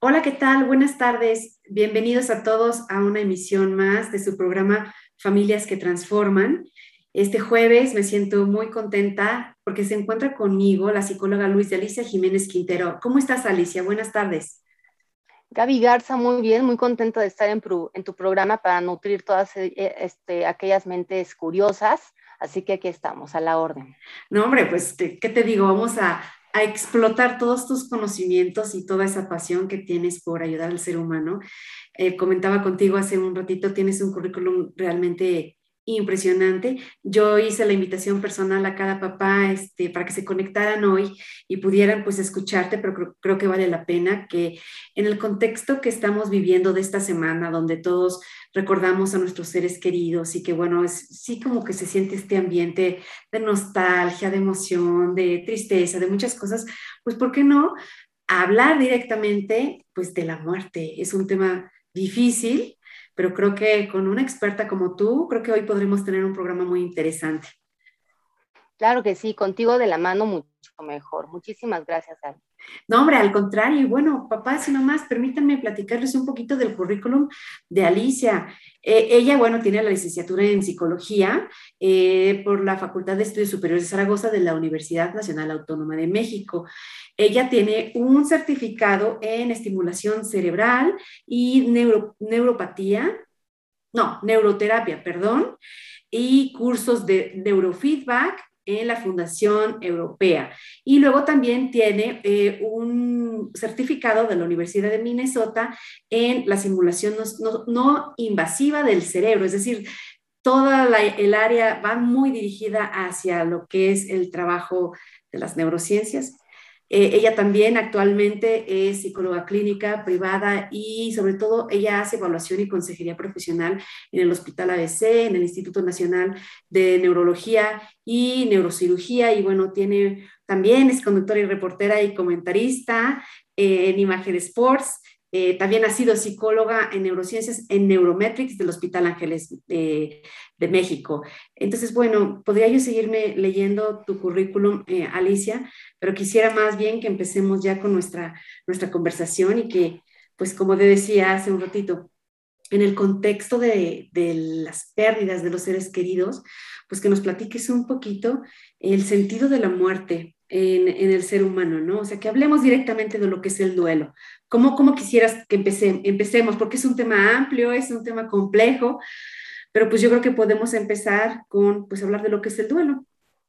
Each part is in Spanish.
Hola, ¿qué tal? Buenas tardes. Bienvenidos a todos a una emisión más de su programa Familias que Transforman. Este jueves me siento muy contenta porque se encuentra conmigo la psicóloga Luis de Alicia Jiménez Quintero. ¿Cómo estás, Alicia? Buenas tardes. Gaby Garza, muy bien, muy contenta de estar en tu programa para nutrir todas aquellas mentes curiosas. Así que aquí estamos, a la orden. No, hombre, pues, ¿qué te digo? Vamos a explotar todos tus conocimientos y toda esa pasión que tienes por ayudar al ser humano. Comentaba contigo hace un ratito, tienes un currículum realmente impresionante. Yo hice la invitación personal a cada papá para que se conectaran hoy y pudieran pues escucharte, pero creo que vale la pena que en el contexto que estamos viviendo de esta semana, donde todos recordamos a nuestros seres queridos y que bueno, sí como que se siente este ambiente de nostalgia, de emoción, de tristeza, de muchas cosas, pues ¿por qué no hablar directamente pues de la muerte? Es un tema difícil, pero creo que con una experta como tú, creo que hoy podremos tener un programa muy interesante. Claro que sí, contigo de la mano mucho mejor. Muchísimas gracias, Gaby. No, hombre, al contrario, y bueno, papás y mamás, permítanme platicarles un poquito del currículum de Alicia. Ella, bueno, tiene la licenciatura en psicología por la Facultad de Estudios Superiores de Zaragoza de la Universidad Nacional Autónoma de México. Ella tiene un certificado en estimulación cerebral y neuropatía, no, neuroterapia, perdón, y cursos de neurofeedback en la Fundación Europea. Y luego también tiene un certificado de la Universidad de Minnesota en la simulación no invasiva del cerebro, es decir, el área va muy dirigida hacia lo que es el trabajo de las neurociencias. Ella también actualmente es psicóloga clínica privada y sobre todo ella hace evaluación y consejería profesional en el Hospital ABC, en el Instituto Nacional de Neurología y Neurocirugía y bueno, también es conductora y reportera y comentarista en Imagen Sports. También ha sido psicóloga en neurociencias en Neurometrics del Hospital Ángeles de México. Entonces, bueno, podría yo seguirme leyendo tu currículum, Alicia, pero quisiera más bien que empecemos ya con nuestra conversación y que, pues como te decía hace un ratito, en el contexto de las pérdidas de los seres queridos, pues que nos platiques un poquito el sentido de la muerte en el ser humano, ¿no? O sea, que hablemos directamente de lo que es el duelo. ¿Cómo quisieras que empecemos? Porque es un tema amplio, es un tema complejo, pero pues yo creo que podemos empezar con, pues, hablar de lo que es el duelo.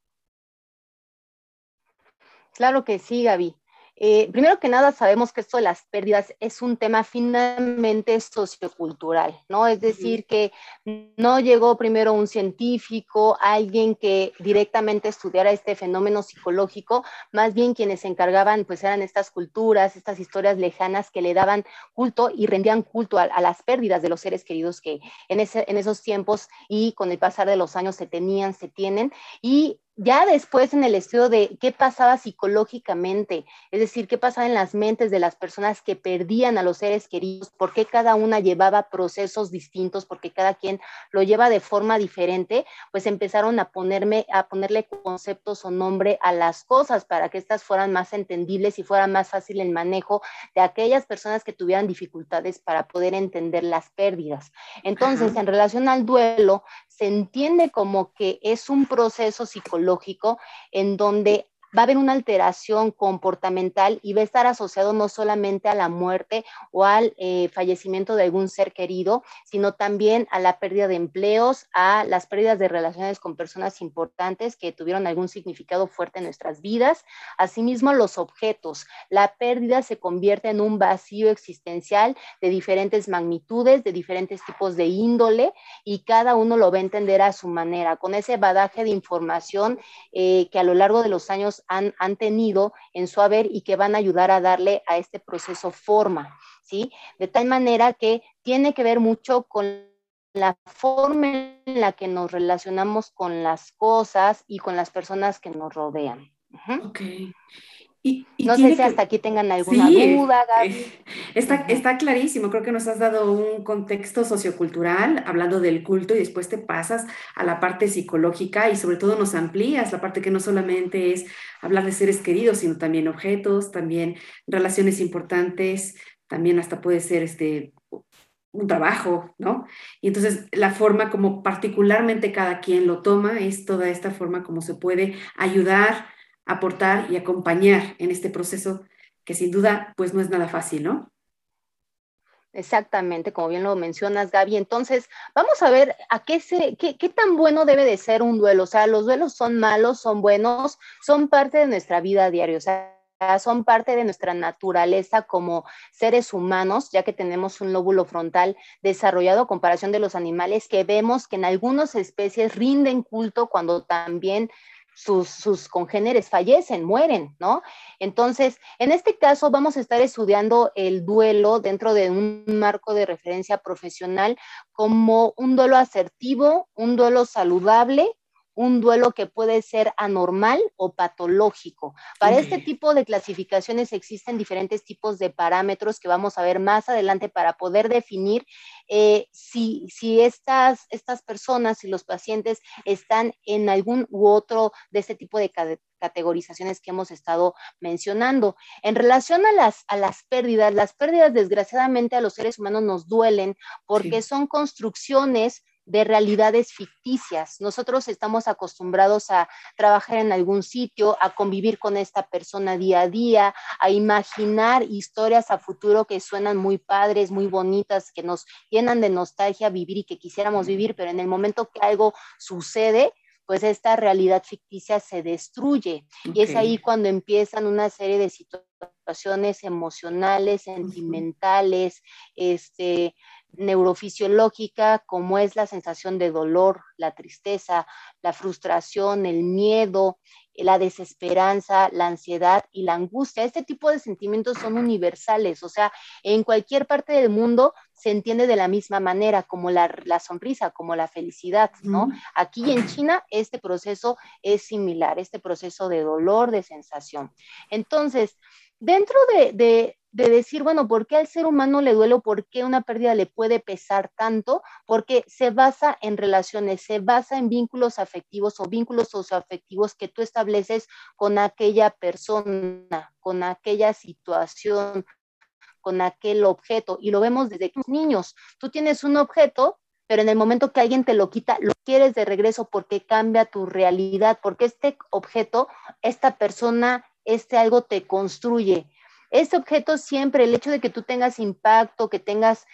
Claro que sí, Gaby. Primero que nada, sabemos que esto de las pérdidas es un tema finamente sociocultural, ¿no? Es Uh -huh. decir, que no llegó primero un científico, alguien que directamente estudiara este fenómeno psicológico, más bien quienes se encargaban, pues eran estas culturas, estas historias lejanas que le daban culto y rendían culto a las pérdidas de los seres queridos que en esos tiempos y con el pasar de los años se tenían, se tienen, y ya después en el estudio de qué pasaba psicológicamente, es decir, qué pasaba en las mentes de las personas que perdían a los seres queridos, por qué cada una llevaba procesos distintos, porque cada quien lo lleva de forma diferente, pues empezaron a ponerle conceptos o nombre a las cosas para que estas fueran más entendibles y fuera más fácil el manejo de aquellas personas que tuvieran dificultades para poder entender las pérdidas. Entonces, Ajá. en relación al duelo, se entiende como que es un proceso psicológico en donde va a haber una alteración comportamental y va a estar asociado no solamente a la muerte o al fallecimiento de algún ser querido, sino también a la pérdida de empleos, a las pérdidas de relaciones con personas importantes que tuvieron algún significado fuerte en nuestras vidas. Asimismo, los objetos. La pérdida se convierte en un vacío existencial de diferentes magnitudes, de diferentes tipos de índole, y cada uno lo va a entender a su manera, con ese badaje de información que a lo largo de los años han tenido en su haber y que van a ayudar a darle a este proceso forma, ¿sí? De tal manera que tiene que ver mucho con la forma en la que nos relacionamos con las cosas y con las personas que nos rodean. Ok. Y No sé tiene si hasta que, aquí tengan alguna sí, duda, Gaby. está clarísimo. Creo que nos has dado un contexto sociocultural, hablando del culto, y después te pasas a la parte psicológica y sobre todo nos amplías la parte que no solamente es hablar de seres queridos, sino también objetos, también relaciones importantes, también hasta puede ser un trabajo, ¿no? Y entonces la forma como particularmente cada quien lo toma es toda esta forma como se puede ayudar, aportar y acompañar en este proceso que sin duda pues no es nada fácil, ¿no? Exactamente, como bien lo mencionas, Gaby. Entonces, vamos a ver qué tan bueno debe de ser un duelo. O sea, los duelos son malos, son buenos, son parte de nuestra vida diaria. O sea, son parte de nuestra naturaleza como seres humanos, ya que tenemos un lóbulo frontal desarrollado a comparación de los animales, que vemos que en algunas especies rinden culto cuando también sus congéneres fallecen, mueren, ¿no? Entonces, en este caso vamos a estar estudiando el duelo dentro de un marco de referencia profesional como un duelo asertivo, un duelo saludable, un duelo que puede ser anormal o patológico. Para este Okay. tipo de clasificaciones existen diferentes tipos de parámetros que vamos a ver más adelante para poder definir si estas personas, si los pacientes están en algún u otro de este tipo de categorizaciones que hemos estado mencionando. En relación a las pérdidas desgraciadamente a los seres humanos nos duelen porque Sí. son construcciones de realidades ficticias. Nosotros estamos acostumbrados a trabajar en algún sitio, a convivir con esta persona día a día, a imaginar historias a futuro que suenan muy padres, muy bonitas, que nos llenan de nostalgia vivir y que quisiéramos vivir, pero en el momento que algo sucede, pues esta realidad ficticia se destruye. Y Ok. es ahí cuando empiezan una serie de situaciones emocionales, Ujú. sentimentales, neurofisiológica, como es la sensación de dolor, la tristeza, la frustración, el miedo, la desesperanza, la ansiedad y la angustia. Este tipo de sentimientos son universales, o sea, en cualquier parte del mundo se entiende de la misma manera, como la sonrisa, como la felicidad, ¿no? Ujú. Aquí en China este proceso es similar, este proceso de dolor, de sensación. Entonces, dentro de decir, bueno, ¿por qué al ser humano le duele o por qué una pérdida le puede pesar tanto? Porque se basa en relaciones, se basa en vínculos afectivos o vínculos socioafectivos que tú estableces con aquella persona, con aquella situación, con aquel objeto. Y lo vemos desde que niños. Tú tienes un objeto, pero en el momento que alguien te lo quita, lo quieres de regreso porque cambia tu realidad, porque este objeto, esta persona, este algo te construye. Este objeto siempre, el hecho de que tú tengas impacto, que tengas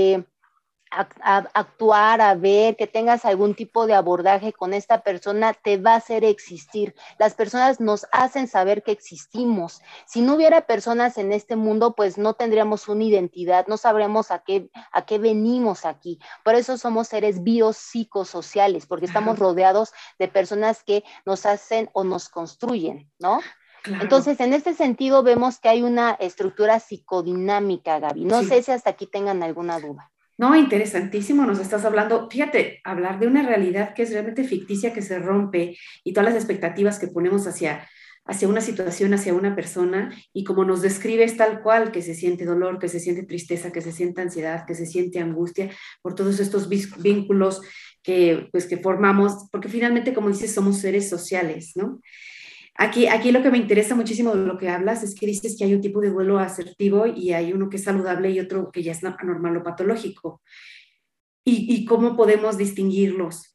actuar, a ver, que tengas algún tipo de abordaje con esta persona, te va a hacer existir. Las personas nos hacen saber que existimos. Si no hubiera personas en este mundo, pues no tendríamos una identidad, no sabríamos a qué venimos aquí. Por eso somos seres biopsicosociales, porque estamos Ajá. rodeados de personas que nos hacen o nos construyen, ¿no? Claro. Entonces, en este sentido, vemos que hay una estructura psicodinámica, Gaby. No sé Sí. si hasta aquí tengan alguna duda. No, interesantísimo, nos estás hablando, fíjate, hablar de una realidad que es realmente ficticia, que se rompe y todas las expectativas que ponemos hacia una situación, hacia una persona y como nos describes tal cual, que se siente dolor, que se siente tristeza, que se siente ansiedad, que se siente angustia por todos estos vínculos pues, que formamos, porque finalmente, como dices, somos seres sociales, ¿no? Aquí lo que me interesa muchísimo de lo que hablas es que dices que hay un tipo de duelo asertivo y hay uno que es saludable y otro que ya es anormal o patológico. ¿Y cómo podemos distinguirlos?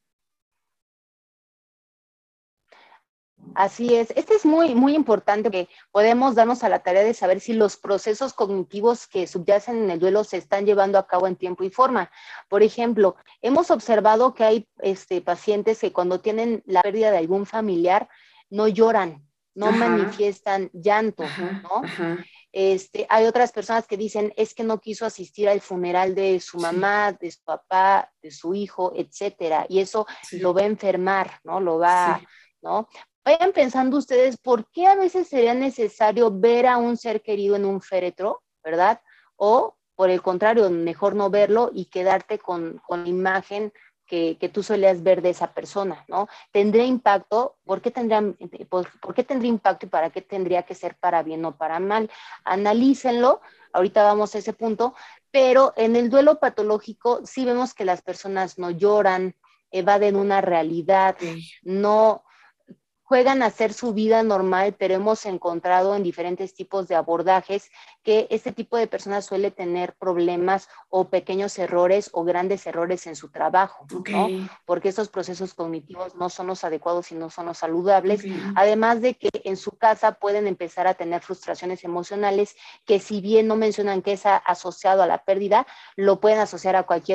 Así es. Este es muy, muy importante que podemos darnos a la tarea de saber si los procesos cognitivos que subyacen en el duelo se están llevando a cabo en tiempo y forma. Por ejemplo, hemos observado que hay pacientes que cuando tienen la pérdida de algún familiar no lloran, no Ajá, manifiestan llanto, ajá, ¿no? ajá, Hay otras personas que dicen es que no quiso asistir al funeral de su sí, mamá, de su papá, de su hijo, etcétera, y eso lo sí, va a enfermar, ¿no? Lo va, sí. ¿no? Vayan pensando ustedes por qué a veces sería necesario ver a un ser querido en un féretro, ¿verdad? O por el contrario, mejor no verlo y quedarte con la imagen que tú solías ver de esa persona, ¿no? ¿Tendría impacto? ¿Por qué tendría impacto y para qué tendría que ser para bien o para mal? Analícenlo, ahorita vamos a ese punto, pero en el duelo patológico sí vemos que las personas no lloran, evaden una realidad, Ok. no, juegan a hacer su vida normal, pero hemos encontrado en diferentes tipos de abordajes que este tipo de personas suele tener problemas o pequeños errores o grandes errores en su trabajo, ¿no? Porque estos procesos cognitivos no son los adecuados y no son los saludables, además de que en su casa pueden empezar a tener frustraciones emocionales que, si bien no mencionan que es asociado a la pérdida, lo pueden asociar a cualquier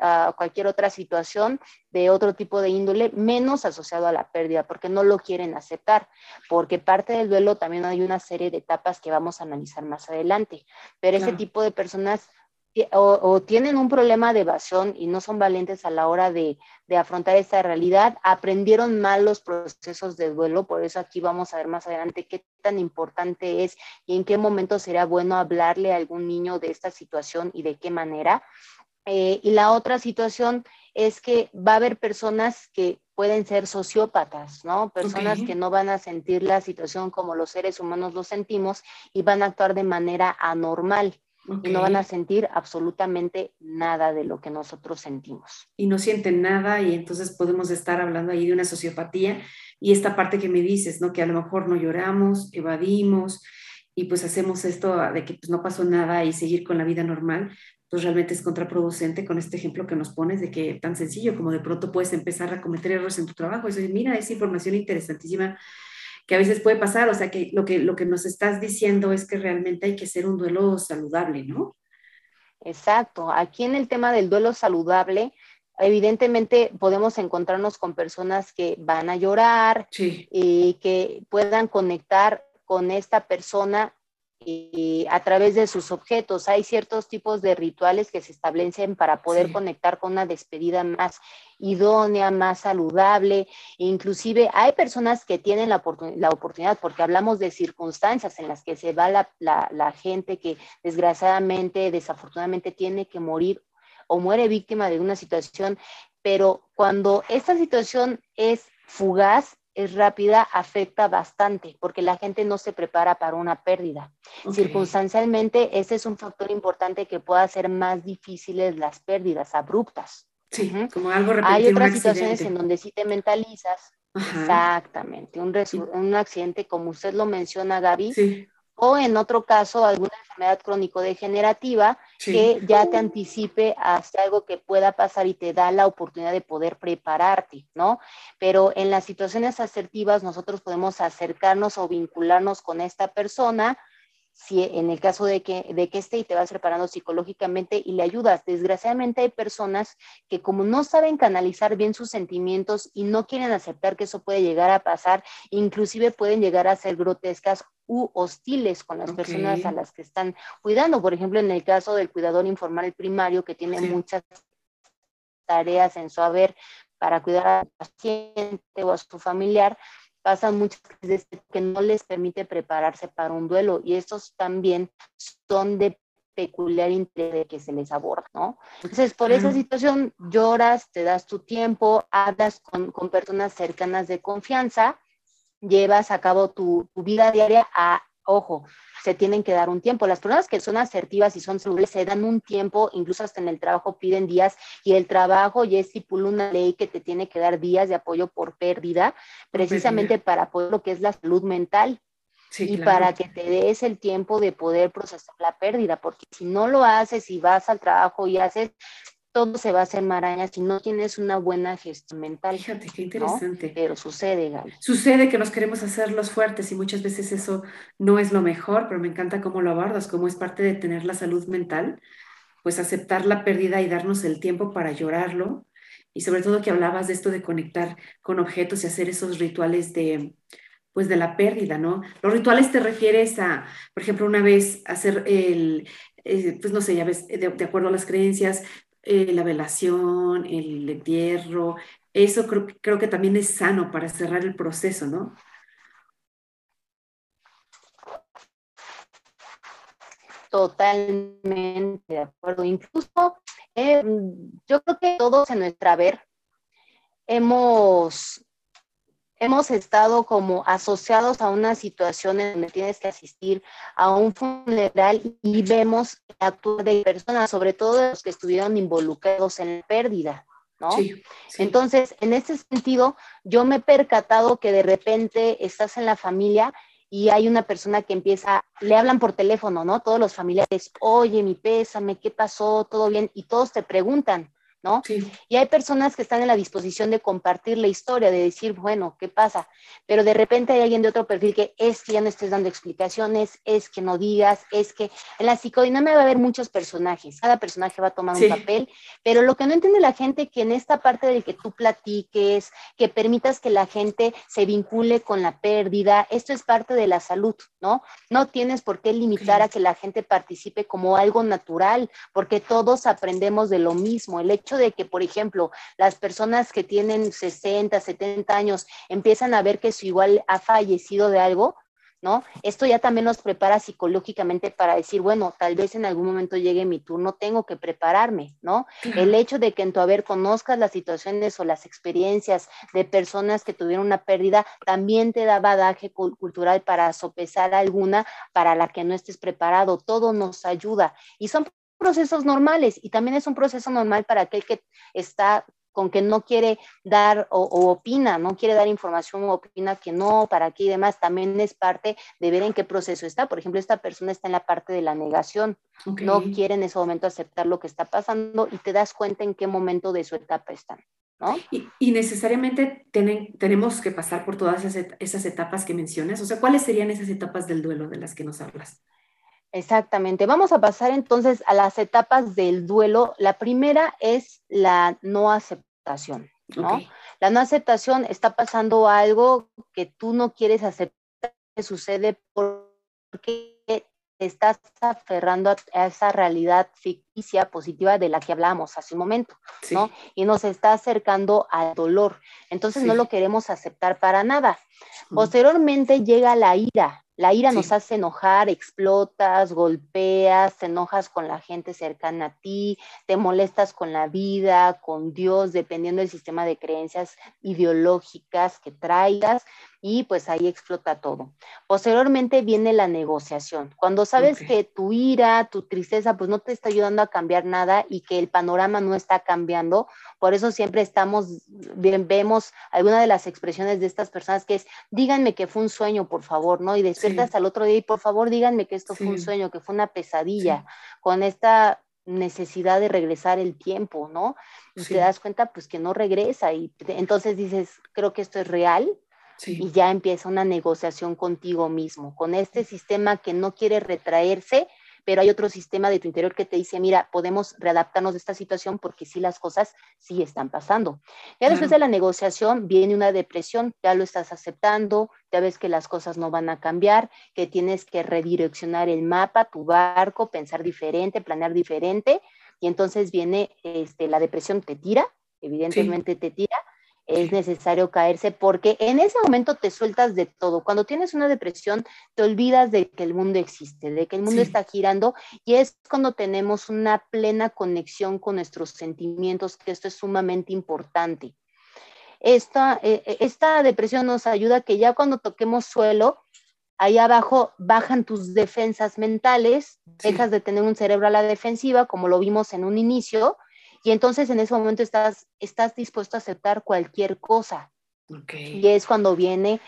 otra situación de otro tipo de índole, menos asociado a la pérdida, porque no lo quieren aceptar, porque parte del duelo también hay una serie de etapas que vamos a analizar más adelante, pero ese tipo de personas o tienen un problema de evasión y no son valientes a la hora de afrontar esta realidad, aprendieron mal los procesos de duelo, por eso aquí vamos a ver más adelante qué tan importante es y en qué momento sería bueno hablarle a algún niño de esta situación y de qué manera. Y la otra situación es que va a haber personas que pueden ser sociópatas, ¿no? Personas que no van a sentir la situación como los seres humanos lo sentimos y van a actuar de manera anormal y no van a sentir absolutamente nada de lo que nosotros sentimos. Y no sienten nada, y entonces podemos estar hablando ahí de una sociopatía, y esta parte que me dices, ¿no? Que a lo mejor no lloramos, evadimos, y pues hacemos esto de que pues no pasó nada y seguir con la vida normal, pues realmente es contraproducente con este ejemplo que nos pones de que tan sencillo como de pronto puedes empezar a cometer errores en tu trabajo. Eso, mira, es información interesantísima que a veces puede pasar, o sea que lo que nos estás diciendo es que realmente hay que hacer un duelo saludable, ¿no? Exacto. Aquí en el tema del duelo saludable, evidentemente podemos encontrarnos con personas que van a llorar y que puedan conectar con esta persona a través de sus objetos. Hay ciertos tipos de rituales que se establecen para poder conectar con una despedida más idónea, más saludable. Inclusive hay personas que tienen la oportunidad, porque hablamos de circunstancias en las que se va la gente que desgraciadamente, desafortunadamente tiene que morir o muere víctima de una situación, pero cuando esta situación es fugaz, es rápida, afecta bastante, porque la gente no se prepara para una pérdida. Circunstancialmente, ese es un factor importante que puede hacer más difíciles las pérdidas abruptas. Sí, como algo repentino. Hay otras situaciones en donde sí te mentalizas. Exactamente, un accidente, como usted lo menciona, Gaby, o en otro caso, alguna enfermedad crónico-degenerativa que ya te anticipe hacia algo que pueda pasar y te da la oportunidad de poder prepararte, ¿no? Pero en las situaciones asertivas nosotros podemos acercarnos o vincularnos con esta persona, si en el caso de que esté y te vas preparando psicológicamente y le ayudas. Desgraciadamente hay personas que, como no saben canalizar bien sus sentimientos y no quieren aceptar que eso puede llegar a pasar, inclusive pueden llegar a ser grotescas u hostiles con las personas a las que están cuidando. Por ejemplo, en el caso del cuidador informal primario, que tiene muchas tareas en su haber para cuidar al paciente o a su familiar, pasan muchas veces que no les permite prepararse para un duelo, y estos también son de peculiar interés de que se les aborda, ¿no? Entonces, por esa situación lloras, te das tu tiempo, hablas con personas cercanas de confianza, llevas a cabo tu vida diaria ojo, se tienen que dar un tiempo. Las personas que son asertivas y son saludables se dan un tiempo, incluso hasta en el trabajo piden días, y el trabajo ya estipula una ley que te tiene que dar días de apoyo por pérdida, precisamente para apoyar lo que es la salud mental. Y para que te des el tiempo de poder procesar la pérdida, porque si no lo haces y vas al trabajo y haces, todo se va a hacer maraña si no tienes una buena gestión mental. Fíjate, qué interesante. ¿No? Pero sucede, Gaby. Sucede que nos queremos hacer los fuertes y muchas veces eso no es lo mejor, pero me encanta cómo lo abordas, cómo es parte de tener la salud mental, pues aceptar la pérdida y darnos el tiempo para llorarlo. Y sobre todo que hablabas de esto de conectar con objetos y hacer esos rituales pues de la pérdida, ¿no? Los rituales te refieres a, por ejemplo, una vez hacer pues no sé, ya ves, de acuerdo a las creencias, la velación, el entierro, eso creo que también es sano para cerrar el proceso, ¿no? Totalmente de acuerdo. Incluso yo creo que todos en nuestra haber hemos estado como asociados a una situación en donde tienes que asistir a un funeral y vemos la actuación de personas, sobre todo de los que estuvieron involucrados en la pérdida. ¿no? Sí, sí. Entonces, en ese sentido, yo me he percatado que de repente estás en la familia y hay una persona que empieza, le hablan por teléfono, ¿no? Todos los familiares, oye, mi pésame, ¿qué pasó? ¿Todo bien? Y todos te preguntan, ¿no? Sí, Y hay personas que están en la disposición de compartir la historia, de decir, bueno, ¿qué pasa? Pero de repente hay alguien de otro perfil que es que ya no estés dando explicaciones, es que no digas, es que en la psicodinámica va a haber muchos personajes, cada personaje va a tomar un sí, papel, pero lo que no entiende la gente es que en esta parte del que tú platiques, que permitas que la gente se vincule con la pérdida, esto es parte de la salud, ¿no? No tienes por qué ok, limitar a que la gente participe como algo natural, porque todos aprendemos de lo mismo. El hecho de que, por ejemplo, las personas que tienen 60, 70 años empiezan a ver que su igual ha fallecido de algo, ¿no? Esto ya también nos prepara psicológicamente para decir, bueno, tal vez en algún momento llegue mi turno, tengo que prepararme, ¿no? El claro. hecho de que en tu haber conozcas las situaciones o las experiencias de personas que tuvieron una pérdida, también te da bagaje cultural para sopesar alguna para la que no estés preparado. Todo nos ayuda y son procesos normales y también es un proceso normal para aquel que está con que no quiere dar o opina, no quiere dar información o opina que no, para qué y demás, también es parte de ver en qué proceso está. Por ejemplo, esta persona está en la parte de la negación, Ok. no quiere en ese momento aceptar lo que está pasando y te das cuenta en qué momento de su etapa están, ¿no? Y necesariamente tenemos que pasar por todas esas etapas que mencionas. O sea, ¿cuáles serían esas etapas del duelo de las que nos hablas? Exactamente. Vamos a pasar entonces a las etapas del duelo. La primera es la no aceptación, Ok, ¿no? La no aceptación está pasando algo que tú no quieres aceptar que sucede porque te estás aferrando a esa realidad ficticia positiva de la que hablábamos hace un momento, ¿no? sí, Y nos está acercando al dolor. Entonces no lo sí, queremos aceptar para nada. mm, Posteriormente llega la ira. La ira nos sí, hace enojar, explotas, golpeas, te enojas con la gente cercana a ti, te molestas con la vida, con Dios, dependiendo del sistema de creencias ideológicas que traigas, y pues ahí explota todo. Posteriormente viene la negociación. Cuando ok, sabes que tu ira, tu tristeza, pues no te está ayudando a cambiar nada y que el panorama no está cambiando, por eso siempre vemos alguna de las expresiones de estas personas que es díganme que fue un sueño, por favor, ¿no? Y despiertas sí, al otro día y por favor díganme que esto fue un sí, sueño, que fue una pesadilla, sí, con esta necesidad de regresar el tiempo, ¿no? Y te sí, das cuenta pues que no regresa y entonces dices, creo que esto es real y sí. ya empieza una negociación contigo mismo, con este sistema que no quiere retraerse, pero hay otro sistema de tu interior que te dice, mira, podemos readaptarnos de esta situación porque sí las cosas sí están pasando. Ya después de Claro, la negociación viene una depresión, ya lo estás aceptando, ya ves que las cosas no van a cambiar, que tienes que redireccionar el mapa, tu barco, pensar diferente, planear diferente, y entonces viene la depresión, te tira, sí, evidentemente te tira, es sí, necesario caerse porque en ese momento te sueltas de todo. Cuando tienes una depresión, te olvidas de que el mundo existe, de que el mundo sí. está girando y es cuando tenemos una plena conexión con nuestros sentimientos, que esto es sumamente importante. Esta depresión nos ayuda a que ya cuando toquemos suelo, ahí abajo bajan tus defensas mentales, dejas Sí, de tener un cerebro a la defensiva, como lo vimos en un inicio, y entonces en ese momento estás dispuesto a aceptar cualquier cosa. ok. Y es cuando viene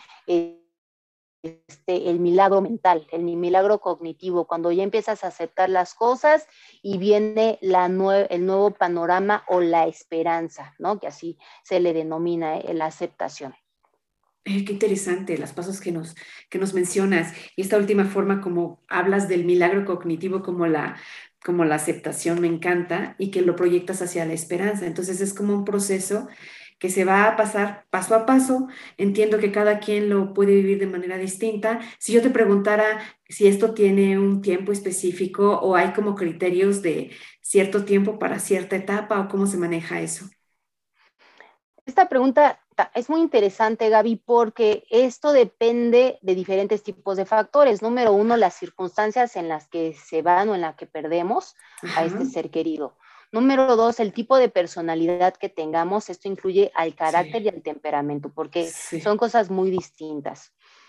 el milagro mental, el milagro cognitivo, cuando ya empiezas a aceptar las cosas y viene el nuevo panorama o la esperanza, ¿no? Que así se le denomina la aceptación. Qué interesante las pasos que nos mencionas y esta última forma como hablas del milagro cognitivo como la aceptación me encanta y que lo proyectas hacia la esperanza. Entonces es como un proceso que se va a pasar paso a paso. Entiendo que cada quien lo puede vivir de manera distinta. Si yo te preguntara si esto tiene un tiempo específico o hay como criterios de cierto tiempo para cierta etapa o cómo se maneja eso. Esta pregunta es muy interesante, Gaby, porque esto depende de diferentes tipos de factores. Número uno, las circunstancias en las que se van o en las que perdemos a Ajá, este ser querido. Número dos, el tipo de personalidad que tengamos. Esto incluye al sí, carácter y al temperamento, porque sí, son cosas muy distintas.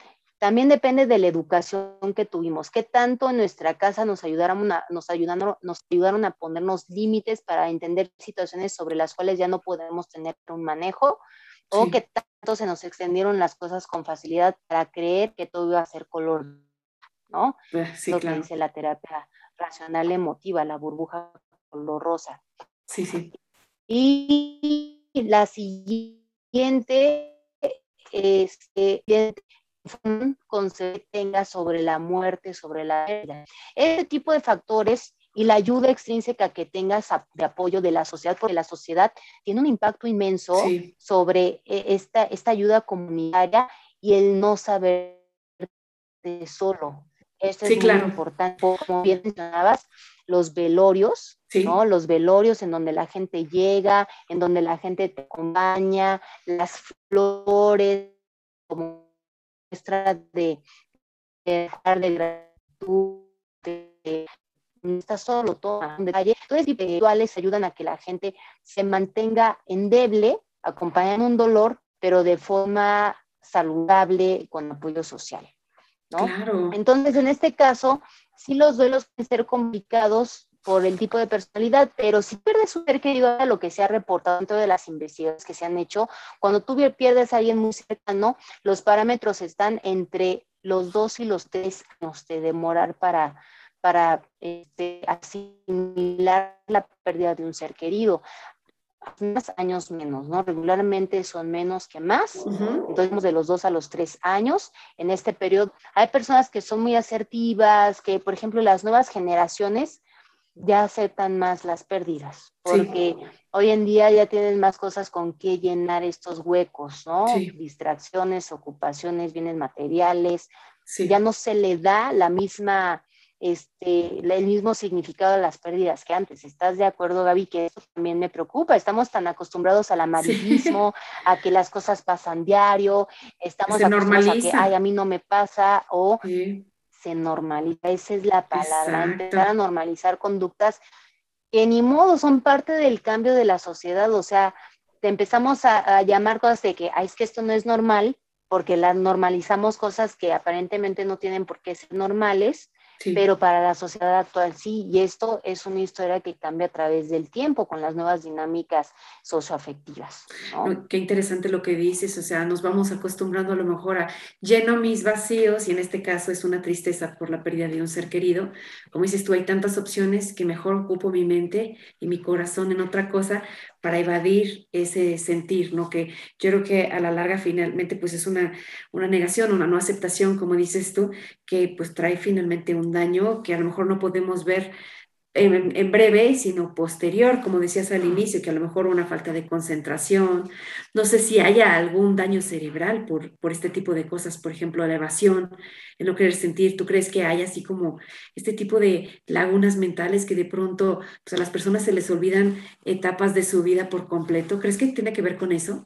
También depende de la educación que tuvimos, qué tanto en nuestra casa nos ayudaron a ponernos límites para entender situaciones sobre las cuales ya no podemos tener un manejo, o Sí, qué tanto se nos extendieron las cosas con facilidad para creer que todo iba a ser color, ¿no? sí, Lo que claro. dice la terapia racional emotiva, la burbuja color rosa. Sí, sí. Y la siguiente es que un concepto que tenga sobre la muerte, sobre la vida. Este tipo de factores y la ayuda extrínseca que tengas de apoyo de la sociedad, porque la sociedad tiene un impacto inmenso Sí, sobre esta ayuda comunitaria y el no saber de solo. Esto es sí, muy claro. importante, como bien mencionabas, los velorios, ¿no? Sí, Los velorios en donde la gente llega, en donde la gente te acompaña, las flores como muestra de gratitud, de, no estás solo, toma un detalle. Entonces, rituales ayudan a que la gente se mantenga endeble, acompañando un dolor, pero de forma saludable, con apoyo social, ¿no? claro. Entonces, en este caso, sí los duelos pueden ser complicados por el tipo de personalidad, pero si pierdes un ser querido, a lo que se ha reportado dentro de las investigaciones que se han hecho, cuando tú pierdes a alguien muy cercano, los parámetros están entre los 2 y los 3 años de demorar para asimilar la pérdida de un ser querido. Más años menos, ¿no? Regularmente son menos que más, Ujú. entonces de los 2 a los 3 años. En este periodo hay personas que son muy asertivas, que por ejemplo las nuevas generaciones ya aceptan más las pérdidas, Sí, porque hoy en día ya tienen más cosas con que llenar estos huecos, ¿no? sí, Distracciones, ocupaciones, bienes materiales, ya sí. no se le da el mismo significado a las pérdidas que antes. ¿Estás de acuerdo, Gaby? Que eso también me preocupa. Estamos tan acostumbrados al Sí, amarillismo, a que las cosas pasan diario, estamos se acostumbrados a que, ay, a normaliza. mí no me pasa, o Sí, se normaliza. Esa es la palabra, empezar a exacto. normalizar conductas que ni modo son parte del cambio de la sociedad. O sea, te empezamos a llamar cosas de que, ay, es que esto no es normal, porque las normalizamos cosas que aparentemente no tienen por qué ser normales, Sí. pero para la sociedad actual sí, y esto es una historia que cambia a través del tiempo con las nuevas dinámicas socioafectivas, ¿no? No, qué interesante lo que dices, o sea, nos vamos acostumbrando a lo mejor a lleno mis vacíos y en este caso es una tristeza por la pérdida de un ser querido. Como dices tú, hay tantas opciones que mejor ocupo mi mente y mi corazón en otra cosa para evadir ese sentir, ¿no? Que yo creo que a la larga finalmente pues es una negación, una no aceptación, como dices tú, que pues trae finalmente un daño que a lo mejor no podemos ver en breve, sino posterior, como decías al inicio, que a lo mejor una falta de concentración, no sé si haya algún daño cerebral por este tipo de cosas, por ejemplo, la evasión, el no querer sentir, ¿tú crees que hay así como este tipo de lagunas mentales que de pronto pues, a las personas se les olvidan etapas de su vida por completo? ¿Crees que tiene que ver con eso?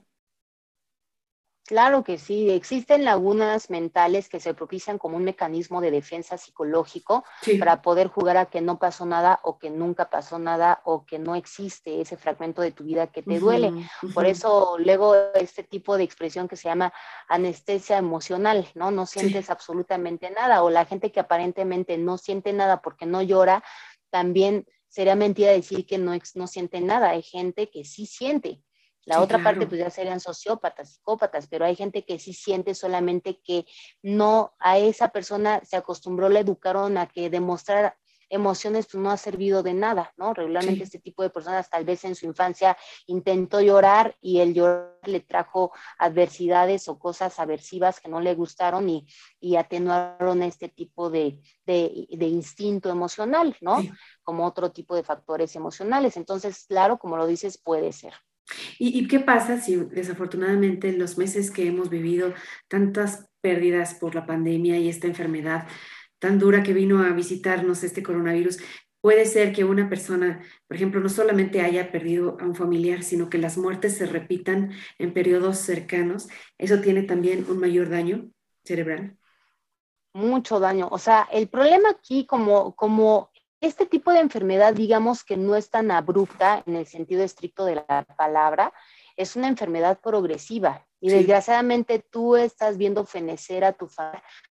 Claro que sí, existen lagunas mentales que se propician como un mecanismo de defensa psicológico Sí. para poder jugar a que no pasó nada o que nunca pasó nada o que no existe ese fragmento de tu vida que te duele. Ujú, Por ujú. eso luego este tipo de expresión que se llama anestesia emocional, ¿no? No sientes Sí, absolutamente nada, o la gente que aparentemente no siente nada porque no llora, también sería mentira decir que no siente nada. Hay gente que sí siente. La sí, otra parte, claro. pues ya serían sociópatas, psicópatas, pero hay gente que sí siente, solamente que no, a esa persona se acostumbró, le educaron a que demostrar emociones pues no ha servido de nada, ¿no? Regularmente Sí, este tipo de personas tal vez en su infancia intentó llorar y el llorar le trajo adversidades o cosas aversivas que no le gustaron y atenuaron este tipo de instinto emocional, ¿no? sí. Como otro tipo de factores emocionales. Entonces, claro, como lo dices, puede ser. ¿Y qué pasa si desafortunadamente en los meses que hemos vivido tantas pérdidas por la pandemia y esta enfermedad tan dura que vino a visitarnos este coronavirus, puede ser que una persona, por ejemplo, no solamente haya perdido a un familiar, sino que las muertes se repitan en periodos cercanos? ¿Eso tiene también un mayor daño cerebral? Mucho daño. O sea, el problema aquí, como este tipo de enfermedad, digamos que no es tan abrupta en el sentido estricto de la palabra, es una enfermedad progresiva. Y Sí, desgraciadamente tú estás viendo fenecer a tu familia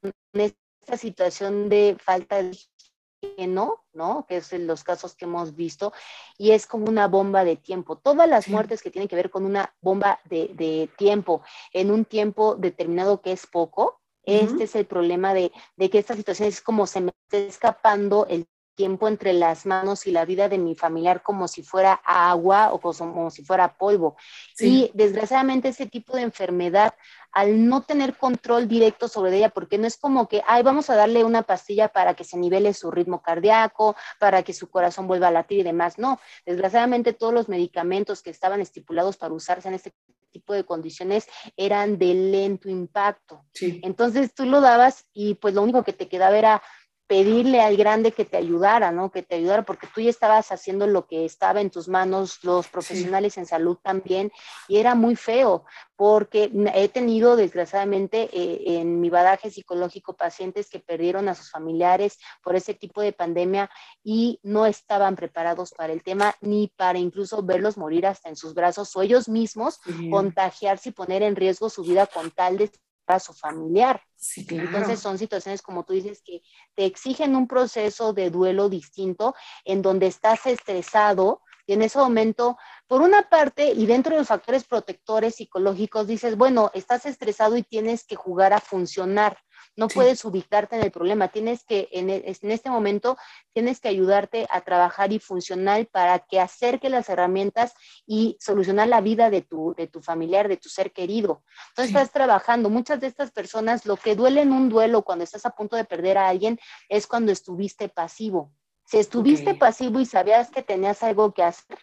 esta situación de falta de oxígeno, ¿no? Que es en los casos que hemos visto, y es como una bomba de tiempo. Todas las muertes que tienen que ver con una bomba de tiempo, en un tiempo determinado que es poco, este es el problema de que esta situación es como se me está escapando el tiempo entre las manos y la vida de mi familiar como si fuera agua o como si fuera polvo. Sí. Y desgraciadamente ese tipo de enfermedad, al no tener control directo sobre ella, porque no es como que, ay, vamos a darle una pastilla para que se nivele su ritmo cardíaco, para que su corazón vuelva a latir y demás. No, desgraciadamente todos los medicamentos que estaban estipulados para usarse en este tipo de condiciones eran de lento impacto. Sí. Entonces tú lo dabas y pues lo único que te quedaba era pedirle al grande que te ayudara, ¿no? Que te ayudara, porque tú ya estabas haciendo lo que estaba en tus manos, los profesionales en salud también, y era muy feo, porque he tenido, desgraciadamente, en mi bagaje psicológico, pacientes que perdieron a sus familiares por ese tipo de pandemia y no estaban preparados para el tema, ni para incluso verlos morir hasta en sus brazos, o ellos mismos contagiarse y poner en riesgo su vida con tal de a su familiar. Sí, claro. Entonces son situaciones, como tú dices, que te exigen un proceso de duelo distinto, en donde estás estresado y en ese momento, por una parte, y dentro de los factores protectores psicológicos, dices, bueno, estás estresado y tienes que jugar a funcionar, no puedes ubicarte en el problema, tienes que, en este momento, tienes que ayudarte a trabajar y funcionar para que acerque las herramientas y solucionar la vida de tu familiar, de tu ser querido. Entonces estás trabajando. Muchas de estas personas, lo que duele en un duelo cuando estás a punto de perder a alguien es cuando estuviste pasivo. Si estuviste pasivo y sabías que tenías algo que hacer,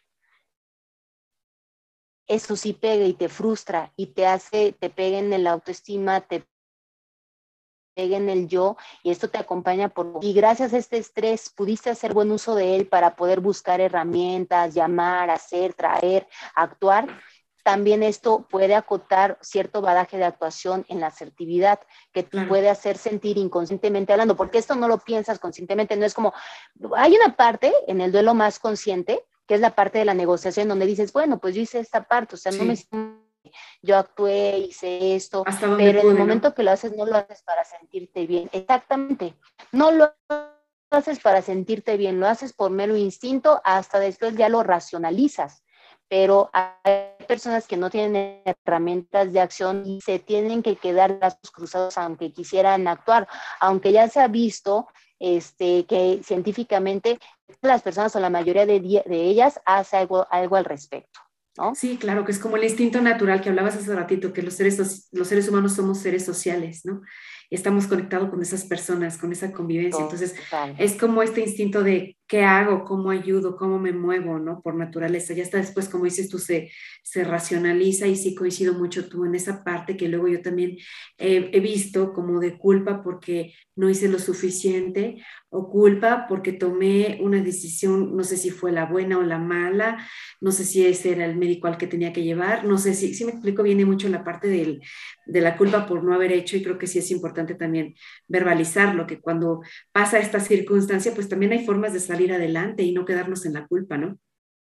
eso sí pega y te frustra y te pega en el autoestima, te pega en el yo, y esto te acompaña y gracias a este estrés pudiste hacer buen uso de él para poder buscar herramientas, llamar, hacer, traer, actuar. También esto puede acotar cierto badaje de actuación en la asertividad que puede hacer sentir inconscientemente hablando, porque esto no lo piensas conscientemente, no es como, hay una parte en el duelo más consciente, que es la parte de la negociación, donde dices, bueno, pues yo hice esta parte, o sea, no me yo actué, hice esto, pero en el momento que lo haces, no lo haces para sentirte bien. Exactamente. No lo haces para sentirte bien, lo haces por mero instinto, hasta después ya lo racionalizas. Pero hay personas que no tienen herramientas de acción y se tienen que quedar brazos cruzados aunque quisieran actuar, aunque ya se ha visto que científicamente las personas o la mayoría de ellas hace algo al respecto, ¿no? Sí, claro, que es como el instinto natural que hablabas hace ratito, que los seres humanos somos seres sociales, ¿no? Estamos conectados con esas personas, con esa convivencia. Entonces, es como este instinto de qué hago, cómo ayudo, cómo me muevo, ¿no? Por naturaleza. Ya está después, como dices tú, se racionaliza, y sí coincido mucho tú en esa parte que luego yo también he visto como de culpa porque no hice lo suficiente, o culpa porque tomé una decisión, no sé si fue la buena o la mala, no sé si ese era el médico al que tenía que llevar, no sé si me explico, viene mucho la parte de la culpa por no haber hecho, y creo que sí es importante también verbalizarlo, que cuando pasa esta circunstancia, pues también hay formas de salir adelante y no quedarnos en la culpa, ¿no?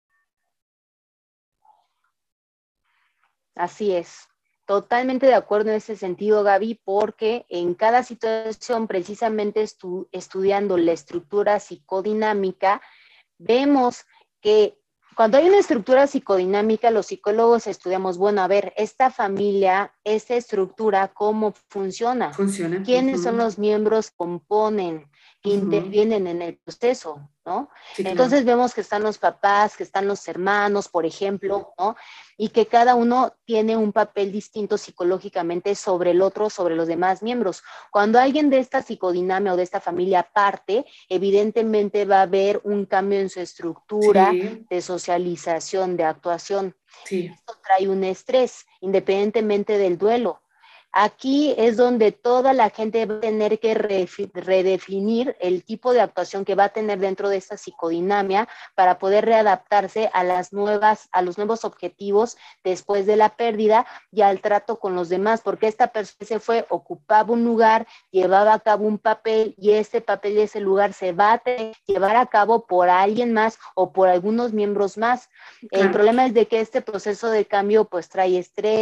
Así es. Totalmente de acuerdo en ese sentido, Gaby, porque en cada situación, precisamente estudiando la estructura psicodinámica, vemos que cuando hay una estructura psicodinámica, los psicólogos estudiamos, bueno, a ver, esta familia, esta estructura, ¿cómo funciona? Funciona. ¿Quiénes son los miembros que componen, que intervienen en el proceso, ¿no? Sí, claro. Entonces vemos que están los papás, que están los hermanos, por ejemplo, ¿no? Y que cada uno tiene un papel distinto psicológicamente sobre el otro, sobre los demás miembros. Cuando alguien de esta psicodinamia o de esta familia parte, evidentemente va a haber un cambio en su estructura de socialización, de actuación. Sí. Esto trae un estrés, independientemente del duelo. Aquí es donde toda la gente va a tener que redefinir el tipo de actuación que va a tener dentro de esta psicodinamia para poder readaptarse a los nuevos objetivos después de la pérdida y al trato con los demás, porque esta persona se fue, ocupaba un lugar, llevaba a cabo un papel, y este papel y ese lugar se va a llevar a cabo por alguien más o por algunos miembros más. El problema es de que este proceso de cambio pues trae estrés,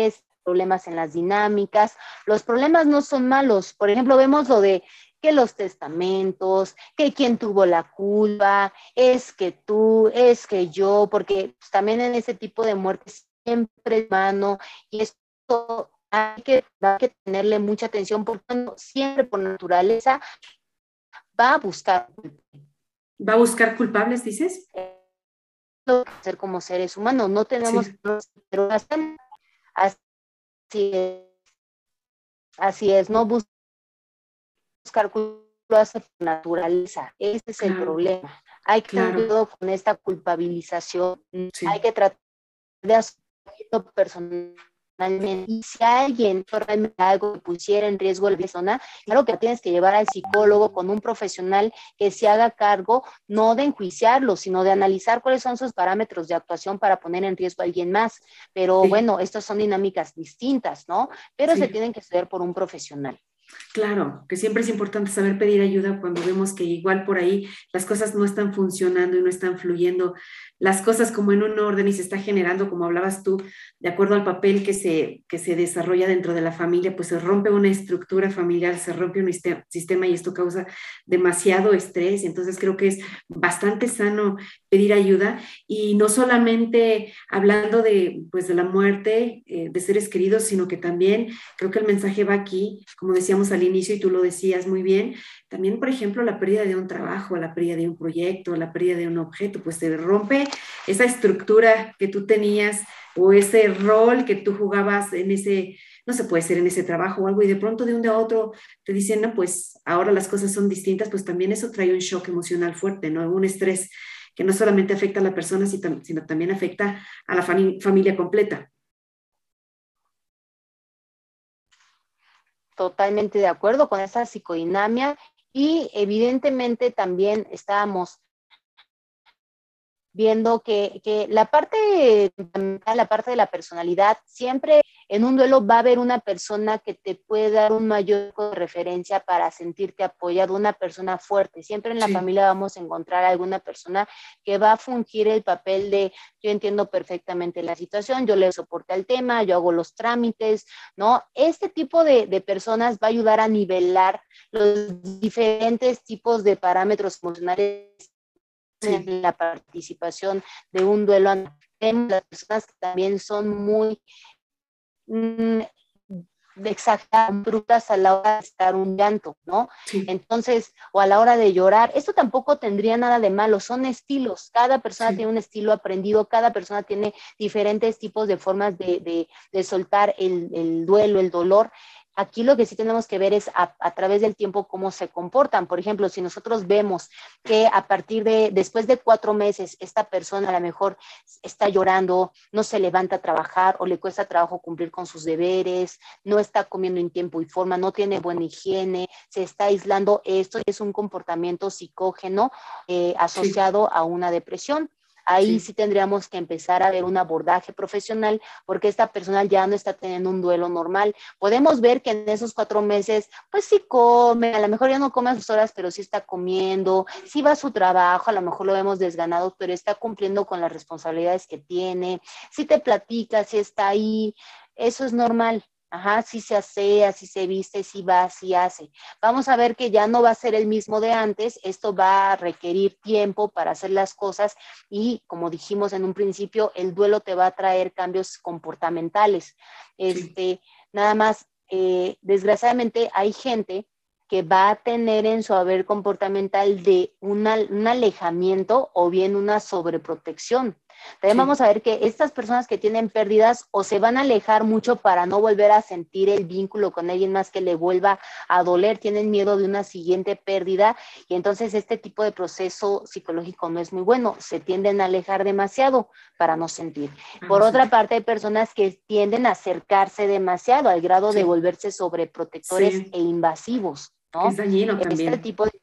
problemas en las dinámicas. Los problemas no son malos. Por ejemplo, vemos lo de que los testamentos, que quién tuvo la culpa, es que tú, es que yo, porque pues, también en ese tipo de muertes siempre es humano y esto hay que tenerle mucha atención porque siempre por naturaleza va a buscar ¿Va a buscar culpables, dices? ser como seres humanos. No tenemos, Sí, pero así es, así es, no buscar culpables por naturaleza. Ese es el claro, problema. Hay que tener claro, cuidado con esta culpabilización. Hay sí. que tratar de asumirlo personalmente. Y si alguien realmente algo que pusiera en riesgo a la persona, claro que tienes que llevar al psicólogo con un profesional que se haga cargo, no de enjuiciarlo, sino de analizar cuáles son sus parámetros de actuación para poner en riesgo a alguien más. Pero Sí, bueno, estas son dinámicas distintas, ¿no? Pero se sí. tienen que estudiar por un profesional. Claro, que siempre es importante saber pedir ayuda cuando vemos que igual por ahí las cosas no están funcionando y no están fluyendo, las cosas como en un orden y se está generando, como hablabas tú, de acuerdo al papel que se desarrolla dentro de la familia, pues se rompe una estructura familiar, se rompe un sistema y esto causa demasiado estrés. Entonces creo que es bastante sano pedir ayuda y no solamente hablando de, pues, de la muerte de seres queridos, sino que también creo que el mensaje va aquí, como decíamos al inicio y tú lo decías muy bien, también, por ejemplo, la pérdida de un trabajo, la pérdida de un proyecto, la pérdida de un objeto, pues se rompe esa estructura que tú tenías o ese rol que tú jugabas en ese, no se puede ser en ese trabajo o algo, y de pronto de un día a otro te dicen, no, pues ahora las cosas son distintas, pues también eso trae un shock emocional fuerte, ¿no? Un estrés que no solamente afecta a la persona, sino también afecta a la familia completa. Totalmente de acuerdo con esa psicodinamia y evidentemente también estábamos viendo que la parte de la personalidad, siempre en un duelo va a haber una persona que te puede dar un mayor de referencia para sentirte apoyado, una persona fuerte. Siempre en la Sí, familia vamos a encontrar alguna persona que va a fungir el papel de yo entiendo perfectamente la situación, yo le soporte al tema, yo hago los trámites, ¿no? Este tipo de personas va a ayudar a nivelar los diferentes tipos de parámetros emocionales sí, en la participación de un duelo. Las personas que también son muy mm, exageradas, brutas a la hora de estar un llanto, ¿no? sí, Entonces, o a la hora de llorar, esto tampoco tendría nada de malo, son estilos, cada persona sí. tiene un estilo aprendido, cada persona tiene diferentes tipos de formas de soltar el duelo, el dolor. Aquí lo que sí tenemos que ver es a través del tiempo cómo se comportan. Por ejemplo, si nosotros vemos que a partir después de 4 meses, esta persona a lo mejor está llorando, no se levanta a trabajar o le cuesta trabajo cumplir con sus deberes, no está comiendo en tiempo y forma, no tiene buena higiene, se está aislando, esto es un comportamiento psicógeno Sí, asociado a una depresión. Ahí sí, sí tendríamos que empezar a ver un abordaje profesional porque esta persona ya no está teniendo un duelo normal. Podemos ver que en esos 4 meses, pues sí come, a lo mejor ya no come a sus horas, pero sí está comiendo, sí va a su trabajo, a lo mejor lo vemos desganado, pero está cumpliendo con las responsabilidades que tiene, sí te platica, sí está ahí, eso es normal. Ajá, sí se asea, sí se viste, sí va, sí hace. Vamos a ver que ya no va a ser el mismo de antes, esto va a requerir tiempo para hacer las cosas y como dijimos en un principio, el duelo te va a traer cambios comportamentales. sí, Nada más, desgraciadamente hay gente que va a tener en su haber comportamental de un alejamiento o bien una sobreprotección. También sí. vamos a ver que estas personas que tienen pérdidas o se van a alejar mucho para no volver a sentir el vínculo con alguien más que le vuelva a doler, tienen miedo de una siguiente pérdida y entonces este tipo de proceso psicológico no es muy bueno, se tienden a alejar demasiado para no sentir. Por Vamos a otra sentir. parte, hay personas que tienden a acercarse demasiado al grado de Sí, volverse sobreprotectores sí, e invasivos, que es ¿no? dañino Este también. tipo de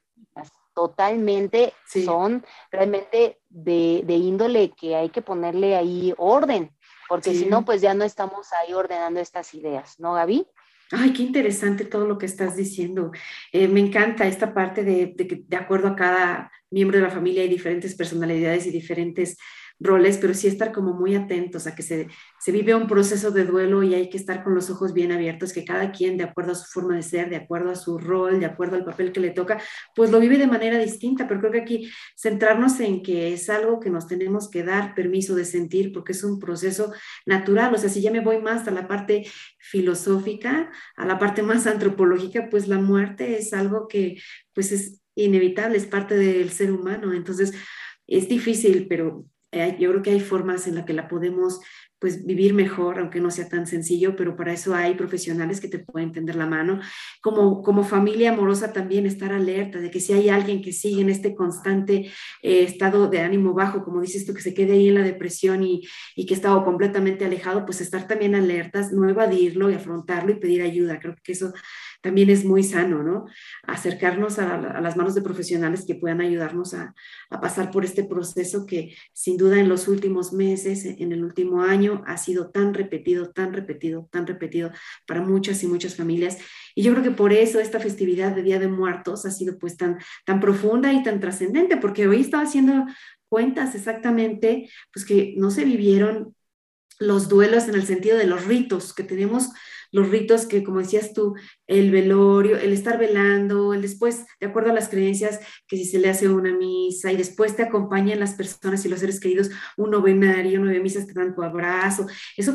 totalmente Sí, son realmente de índole que hay que ponerle ahí orden, porque si no, sí. pues ya no estamos ahí ordenando estas ideas, ¿no, Gaby? Ay, qué interesante todo lo que estás diciendo. Me encanta esta parte de que de acuerdo a cada miembro de la familia hay diferentes personalidades y diferentes roles, pero sí estar como muy atentos a que se vive un proceso de duelo y hay que estar con los ojos bien abiertos, que cada quien, de acuerdo a su forma de ser, de acuerdo a su rol, de acuerdo al papel que le toca, pues lo vive de manera distinta, pero creo que aquí centrarnos en que es algo que nos tenemos que dar permiso de sentir porque es un proceso natural, o sea, si ya me voy más a la parte filosófica, a la parte más antropológica, pues la muerte es algo que pues es inevitable, es parte del ser humano, entonces es difícil, pero yo creo que hay formas en las que la podemos pues vivir mejor, aunque no sea tan sencillo, pero para eso hay profesionales que te pueden tender la mano. Como familia amorosa también estar alerta de que si hay alguien que sigue en este constante estado de ánimo bajo, como dices tú, que se quede ahí en la depresión y que está completamente alejado, pues estar también alertas, no evadirlo y afrontarlo y pedir ayuda. Creo que eso también es muy sano, ¿no? Acercarnos a las manos de profesionales que puedan ayudarnos a pasar por este proceso que sin duda en los últimos meses, en el último año, ha sido tan repetido, tan repetido, tan repetido para muchas y muchas familias. Y yo creo que por eso esta festividad de Día de Muertos ha sido pues tan profunda y tan trascendente, porque hoy estaba haciendo cuentas exactamente, pues que no se vivieron los duelos en el sentido de los ritos, que tenemos los ritos que, como decías tú, el velorio, el estar velando, el después, de acuerdo a las creencias, que si se le hace una misa y después te acompañan las personas y los seres queridos, un novenario, 9 misas te dan tu abrazo,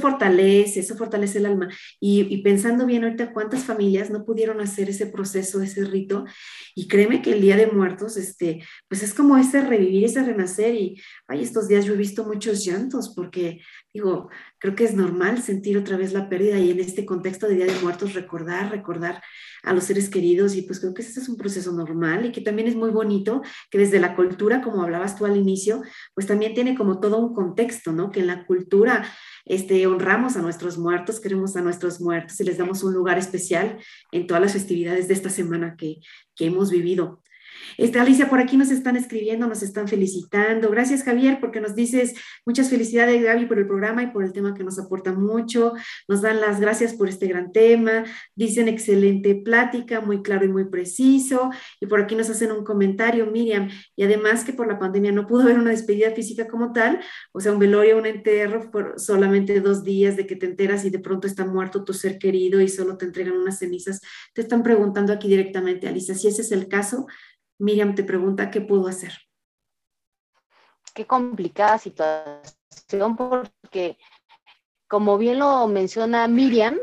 eso fortalece el alma. Y pensando bien ahorita cuántas familias no pudieron hacer ese proceso, ese rito, y créeme que el Día de Muertos, pues es como ese revivir, ese renacer, y ay, estos días yo he visto muchos llantos porque digo, creo que es normal sentir otra vez la pérdida y en este contexto de Día de Muertos recordar a los seres queridos y pues creo que ese es un proceso normal y que también es muy bonito que desde la cultura, como hablabas tú al inicio, pues también tiene como todo un contexto, ¿no? Que en la cultura honramos a nuestros muertos, queremos a nuestros muertos y les damos un lugar especial en todas las festividades de esta semana que hemos vivido. Alicia, por aquí nos están escribiendo, nos están felicitando. Gracias, Javier, porque nos dices muchas felicidades, Gaby, por el programa y por el tema que nos aporta mucho. Nos dan las gracias por este gran tema. Dicen excelente plática, muy claro y muy preciso. Y por aquí nos hacen un comentario, Miriam, y además que por la pandemia no pudo haber una despedida física como tal, o sea, un velorio, un entierro por solamente 2 días de que te enteras y de pronto está muerto tu ser querido y solo te entregan unas cenizas. Te están preguntando aquí directamente, Alicia, si ese es el caso. Miriam te pregunta qué puedo hacer. Qué complicada situación porque, como bien lo menciona Miriam,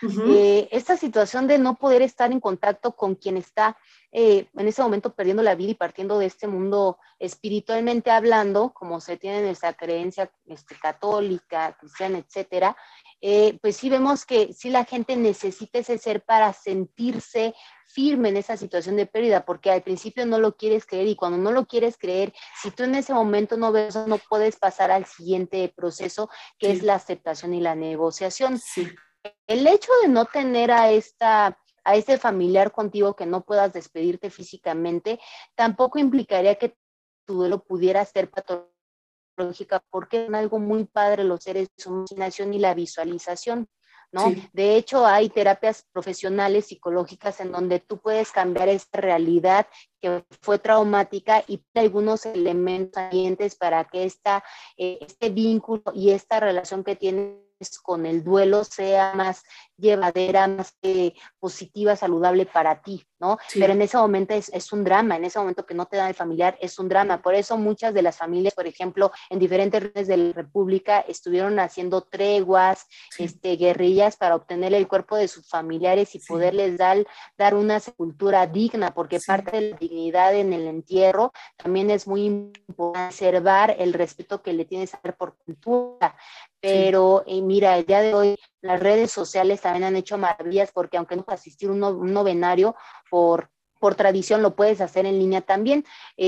esta situación de no poder estar en contacto con quien está en ese momento perdiendo la vida y partiendo de este mundo espiritualmente hablando, como se tiene nuestra creencia católica, cristiana, etcétera, pues sí vemos que sí la gente necesita ese ser para sentirse firme en esa situación de pérdida, porque al principio no lo quieres creer y cuando no lo quieres creer, si tú en ese momento no ves, no puedes pasar al siguiente proceso, que es la aceptación y la negociación. Sí. El hecho de no tener a este familiar contigo que no puedas despedirte físicamente, tampoco implicaría que tu duelo pudiera ser patológica, porque es algo muy padre los seres humanos, la imaginación y la visualización, ¿no? Sí. De hecho, hay terapias profesionales psicológicas en donde tú puedes cambiar esta realidad que fue traumática y algunos elementos ambientes para que este vínculo y esta relación que tienes con el duelo sea más llevadera, más positiva, saludable para ti, ¿no? Sí. Pero en ese momento es un drama, en ese momento que no te da el familiar es un drama. Por eso muchas de las familias, por ejemplo, en diferentes regiones de la República estuvieron haciendo treguas, sí. Guerrillas para obtener el cuerpo de sus familiares y sí. poderles dar una sepultura digna, porque sí. parte de la dignidad en el entierro también es muy importante conservar el respeto que le tienes a dar por cultura. Pero mira, el día de hoy las redes sociales también han hecho maravillas porque aunque no puedas asistir a un novenario por tradición lo puedes hacer en línea también.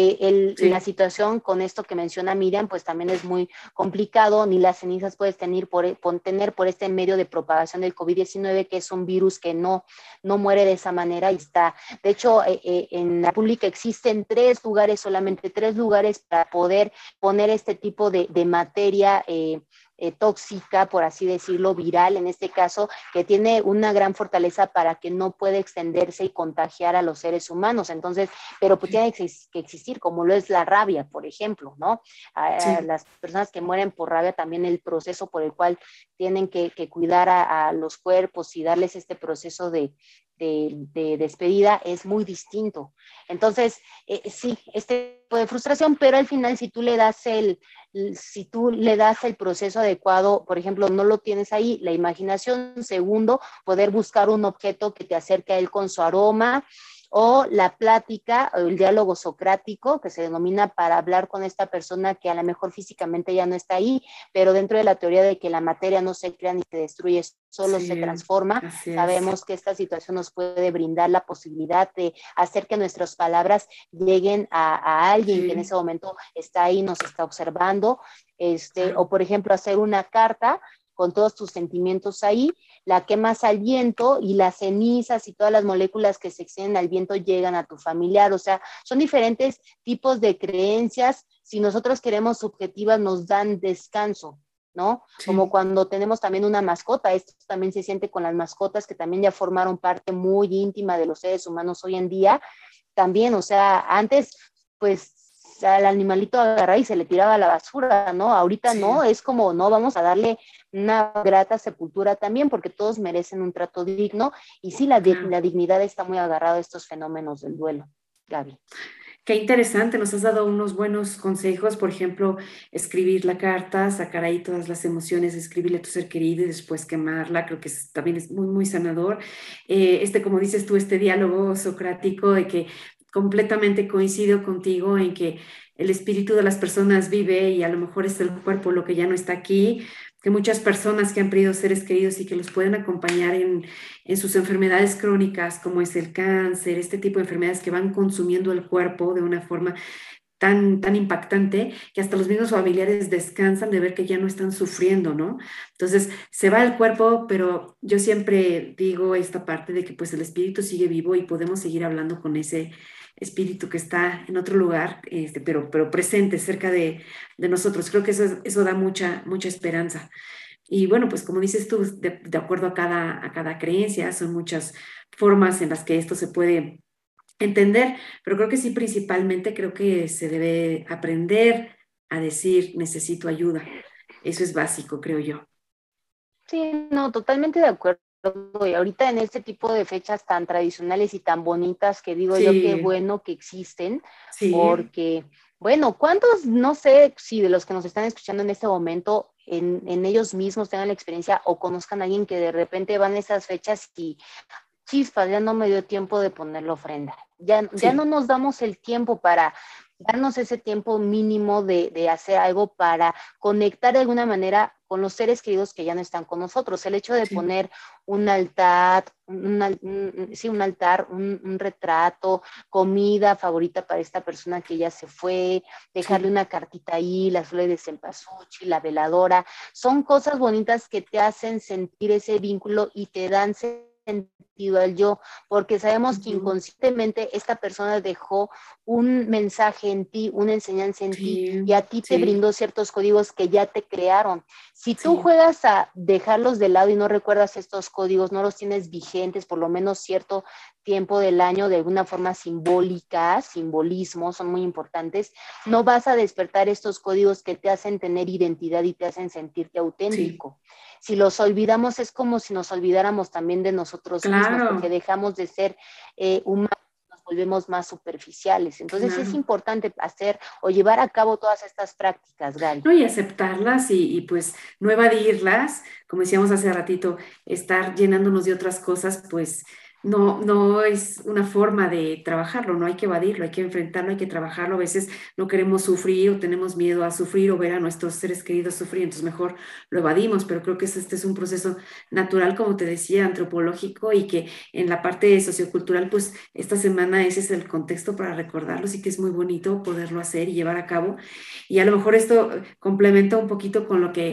La situación con esto que menciona Miriam, pues también es muy complicado, ni las cenizas puedes tener por este medio de propagación del COVID-19, que es un virus que no muere de esa manera y está. De hecho, en la República existen solamente tres lugares para poder poner este tipo de materia tóxica, por así decirlo, viral en este caso, que tiene una gran fortaleza para que no pueda extenderse y contagiar a los seres humanos. Entonces, pero pues tiene que existir, como lo es la rabia, por ejemplo, ¿no? A Sí. las personas que mueren por rabia, también el proceso por el cual tienen que cuidar a los cuerpos y darles este proceso de despedida es muy distinto. Entonces, sí, este tipo de frustración, pero al final si tú le das el proceso adecuado, por ejemplo, no lo tienes ahí, la imaginación, segundo, poder buscar un objeto que te acerque a él con su aroma, o la plática o el diálogo socrático, que se denomina para hablar con esta persona que a lo mejor físicamente ya no está ahí, pero dentro de la teoría de que la materia no se crea ni se destruye, solo se Sí, transforma, así es. sabemos que esta situación nos puede brindar la posibilidad de hacer que nuestras palabras lleguen a alguien que en ese Sí, momento está ahí, nos está observando, o claro. por ejemplo hacer una carta con todos tus sentimientos ahí, la quemas al viento y las cenizas y todas las moléculas que se extienden al viento llegan a tu familiar. O sea, son diferentes tipos de creencias. Si nosotros queremos subjetivas, nos dan descanso, ¿no? Como Sí, cuando tenemos también una mascota, esto también se siente con las mascotas que también ya formaron parte muy íntima de los seres humanos hoy en día. También, o sea, antes, pues al animalito agarraba y se le tiraba a la basura, ¿no? Ahorita no, sí, es como, no, vamos a darle una grata sepultura también, porque todos merecen un trato digno, y sí, claro. la dignidad está muy agarrada a estos fenómenos del duelo, Gaby. Qué interesante, nos has dado unos buenos consejos, por ejemplo, escribir la carta, sacar ahí todas las emociones, escribirle a tu ser querido y después quemarla, creo que también es muy, muy sanador. Como dices tú, este diálogo socrático de que completamente coincido contigo en que el espíritu de las personas vive y a lo mejor es el cuerpo lo que ya no está aquí, que muchas personas que han perdido seres queridos y que los pueden acompañar en sus enfermedades crónicas, como es el cáncer, este tipo de enfermedades que van consumiendo el cuerpo de una forma tan impactante que hasta los mismos familiares descansan de ver que ya no están sufriendo, ¿no? Entonces, se va el cuerpo, pero yo siempre digo esta parte de que pues el espíritu sigue vivo y podemos seguir hablando con ese espíritu que está en otro lugar, pero presente cerca de nosotros. Creo que eso da mucha esperanza. Y bueno, pues como dices tú, de acuerdo a cada creencia, son muchas formas en las que esto se puede entender, pero creo que sí, principalmente creo que se debe aprender a decir necesito ayuda. Eso es básico, creo yo. Sí, no, totalmente de acuerdo. Y ahorita en este tipo de fechas tan tradicionales y tan bonitas que digo yo qué Sí, bueno que existen, sí, porque, bueno, ¿cuántos, no sé si de los que nos están escuchando en este momento, en ellos mismos tengan la experiencia o conozcan a alguien que de repente van esas fechas y chispas, ya no me dio tiempo de poner la ofrenda? Ya no sí, nos damos el tiempo para darnos ese tiempo mínimo de hacer algo para conectar de alguna manera con los seres queridos que ya no están con nosotros. El hecho de sí, poner un altar, sí, un altar, un retrato, comida favorita para esta persona que ya se fue, dejarle sí, una cartita ahí, las flores de cempasúchil, la veladora, son cosas bonitas que te hacen sentir ese vínculo y te dan sentido al yo, porque sabemos que ujú, inconscientemente esta persona dejó un mensaje en ti, una enseñanza en ti, sí, y a ti te sí, brindó ciertos códigos que ya te crearon. Si tú sí, juegas a dejarlos de lado y no recuerdas estos códigos, no los tienes vigentes por lo menos cierto tiempo del año, de alguna forma simbólica, simbolismo, son muy importantes, no vas a despertar estos códigos que te hacen tener identidad y te hacen sentirte sí, auténtico. Si los olvidamos es como si nos olvidáramos también de nosotros mismos, porque claro, dejamos de ser humanos, nos volvemos más superficiales. Entonces es claro. importante hacer o llevar a cabo todas estas prácticas, Gaby. ¿No? Y aceptarlas pues no evadirlas, como decíamos hace ratito, estar llenándonos de otras cosas, pues no es una forma de trabajarlo, no hay que evadirlo, hay que enfrentarlo, hay que trabajarlo. A veces no queremos sufrir o tenemos miedo a sufrir o ver a nuestros seres queridos sufrir, entonces mejor lo evadimos, pero creo que este es un proceso natural, como te decía, antropológico y que en la parte sociocultural, pues esta semana ese es el contexto para recordarlo, sí que es muy bonito poderlo hacer y llevar a cabo. Y a lo mejor esto complementa un poquito